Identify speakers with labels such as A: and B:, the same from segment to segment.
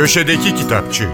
A: Köşedeki Kitapçı.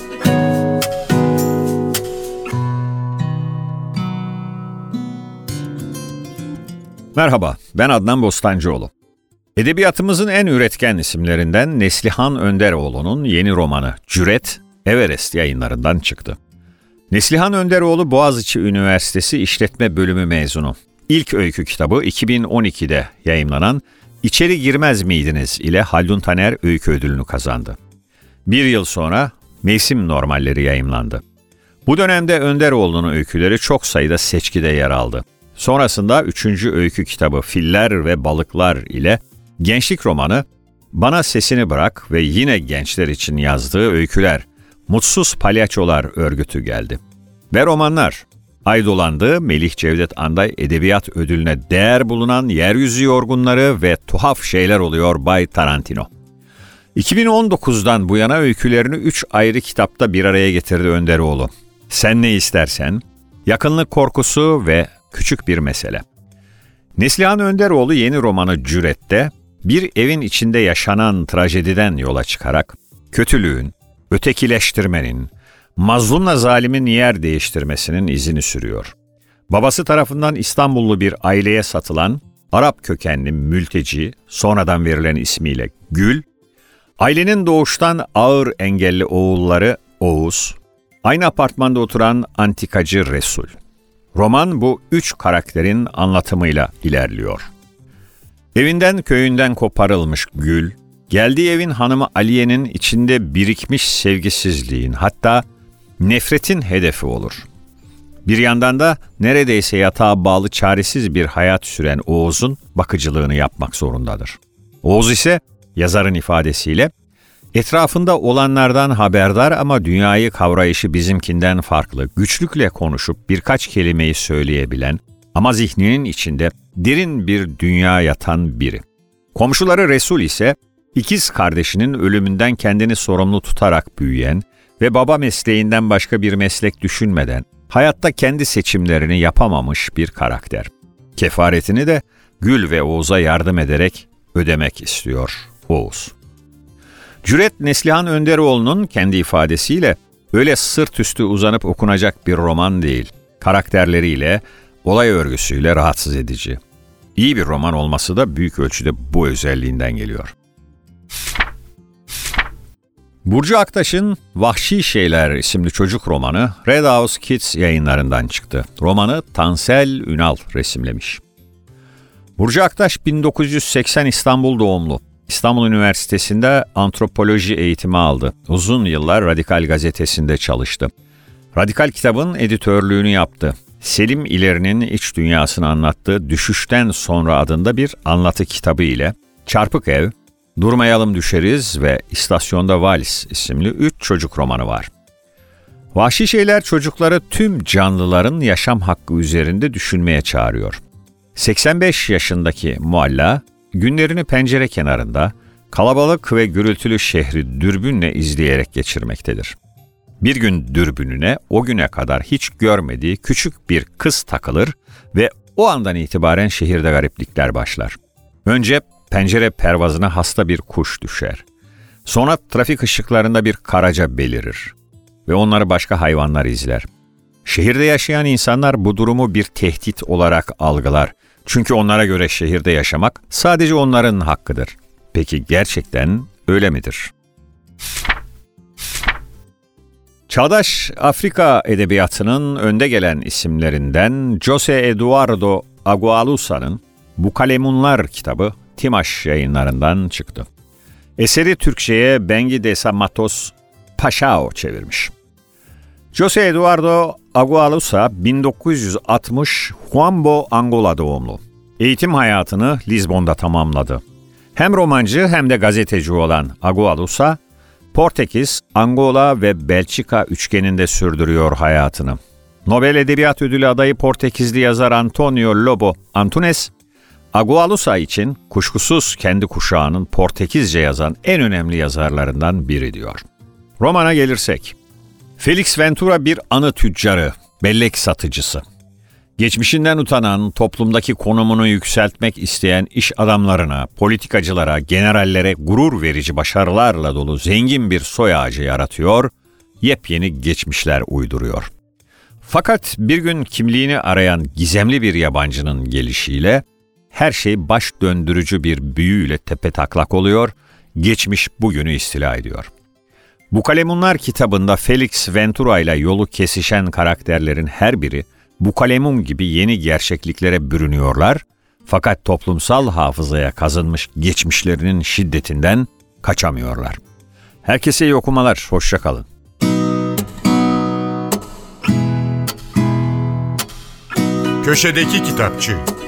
B: Merhaba, ben Adnan Bostancıoğlu. Edebiyatımızın en üretken isimlerinden Neslihan Önderoğlu'nun yeni romanı Cüret, Everest Yayınlarından çıktı. Neslihan Önderoğlu Boğaziçi Üniversitesi İşletme Bölümü mezunu. İlk öykü kitabı 2012'de yayımlanan İçeri Girmez Miydiniz ile Haldun Taner Öykü Ödülünü kazandı. Bir yıl sonra Mevsim Normalleri yayımlandı. Bu dönemde Önderoğlu'nun öyküleri çok sayıda seçkide yer aldı. Sonrasında 3. öykü kitabı Filler ve Balıklar ile gençlik romanı Bana Sesini Bırak ve yine gençler için yazdığı öyküler Mutsuz Palyaçolar örgütü geldi. Ve romanlar Aydolandı, Melih Cevdet Anday Edebiyat Ödülü'ne değer bulunan Yeryüzü Yorgunları ve Tuhaf Şeyler Oluyor Bay Tarantino. 2019'dan bu yana öykülerini 3 ayrı kitapta bir araya getirdi Önderoğlu. Sen Ne İstersen, Yakınlık Korkusu ve Küçük Bir Mesele. Neslihan Önderoğlu yeni romanı Cüret'te bir evin içinde yaşanan trajediden yola çıkarak kötülüğün, ötekileştirmenin, mazlumla zalimin yer değiştirmesinin izini sürüyor. Babası tarafından İstanbullu bir aileye satılan Arap kökenli mülteci, sonradan verilen ismiyle Gül, ailenin doğuştan ağır engelli oğulları Oğuz, aynı apartmanda oturan antikacı Resul. Roman bu 3 karakterin anlatımıyla ilerliyor. Evinden köyünden koparılmış Gül, geldiği evin hanımı Aliye'nin içinde birikmiş sevgisizliğin, hatta nefretin hedefi olur. Bir yandan da neredeyse yatağa bağlı çaresiz bir hayat süren Oğuz'un bakıcılığını yapmak zorundadır. Oğuz ise yazarın ifadesiyle etrafında olanlardan haberdar ama dünyayı kavrayışı bizimkinden farklı, güçlükle konuşup birkaç kelimeyi söyleyebilen ama zihninin içinde derin bir dünya yatan biri. Komşuları Resul ise ikiz kardeşinin ölümünden kendini sorumlu tutarak büyüyen ve baba mesleğinden başka bir meslek düşünmeden hayatta kendi seçimlerini yapamamış bir karakter. Kefaretini de Gül ve Oğuz'a yardım ederek ödemek istiyor Oğuz. Cüret, Neslihan Önderoğlu'nun kendi ifadesiyle öyle sırt üstü uzanıp okunacak bir roman değil. Karakterleriyle, olay örgüsüyle rahatsız edici. İyi bir roman olması da büyük ölçüde bu özelliğinden geliyor. Burcu Aktaş'ın Vahşi Şeyler isimli çocuk romanı Red House Kids yayınlarından çıktı. Romanı Tansel Ünal resimlemiş. Burcu Aktaş 1980 İstanbul doğumlu. İstanbul Üniversitesi'nde antropoloji eğitimi aldı. Uzun yıllar Radikal gazetesinde çalıştı. Radikal kitabın editörlüğünü yaptı. Selim İleri'nin iç dünyasını anlattığı Düşüşten Sonra adında bir anlatı kitabı ile Çarpık Ev, Durmayalım Düşeriz ve İstasyonda Vals isimli 3 çocuk romanı var. Vahşi Şeyler çocukları tüm canlıların yaşam hakkı üzerinde düşünmeye çağırıyor. 85 yaşındaki Mualla, günlerini pencere kenarında, kalabalık ve gürültülü şehri dürbünle izleyerek geçirmektedir. Bir gün dürbününe o güne kadar hiç görmediği küçük bir kız takılır ve o andan itibaren şehirde gariplikler başlar. Önce pencere pervazına hasta bir kuş düşer. Sonra trafik ışıklarında bir karaca belirir ve onları başka hayvanlar izler. Şehirde yaşayan insanlar bu durumu bir tehdit olarak algılar. Çünkü onlara göre şehirde yaşamak sadece onların hakkıdır. Peki gerçekten öyle midir? Çağdaş Afrika edebiyatının önde gelen isimlerinden José Eduardo Agualusa'nın Bu Kalemunlar kitabı Timaş yayınlarından çıktı. Eseri Türkçe'ye Bengi Desa Matos Paşao çevirmiş. José Eduardo Agualusa 1960 Huambo, Angola doğumlu. Eğitim hayatını Lizbon'da tamamladı. Hem romancı hem de gazeteci olan Agualusa, Portekiz, Angola ve Belçika üçgeninde sürdürüyor hayatını. Nobel Edebiyat Ödülü adayı Portekizli yazar Antonio Lobo Antunes, Agualusa için kuşkusuz kendi kuşağının Portekizce yazan en önemli yazarlarından biri diyor. Romana gelirsek, Felix Ventura bir anı tüccarı, bellek satıcısı. Geçmişinden utanan, toplumdaki konumunu yükseltmek isteyen iş adamlarına, politikacılara, generallere gurur verici başarılarla dolu zengin bir soy ağacı yaratıyor, yepyeni geçmişler uyduruyor. Fakat bir gün kimliğini arayan gizemli bir yabancının gelişiyle her şey baş döndürücü bir büyüyle tepetaklak oluyor, geçmiş bugünü istila ediyor. Bukalemunlar kitabında Felix Ventura ile yolu kesişen karakterlerin her biri Bukalemun gibi yeni gerçekliklere bürünüyorlar, fakat toplumsal hafızaya kazınmış geçmişlerinin şiddetinden kaçamıyorlar. Herkese iyi okumalar, hoşça kalın.
A: Köşedeki Kitapçı.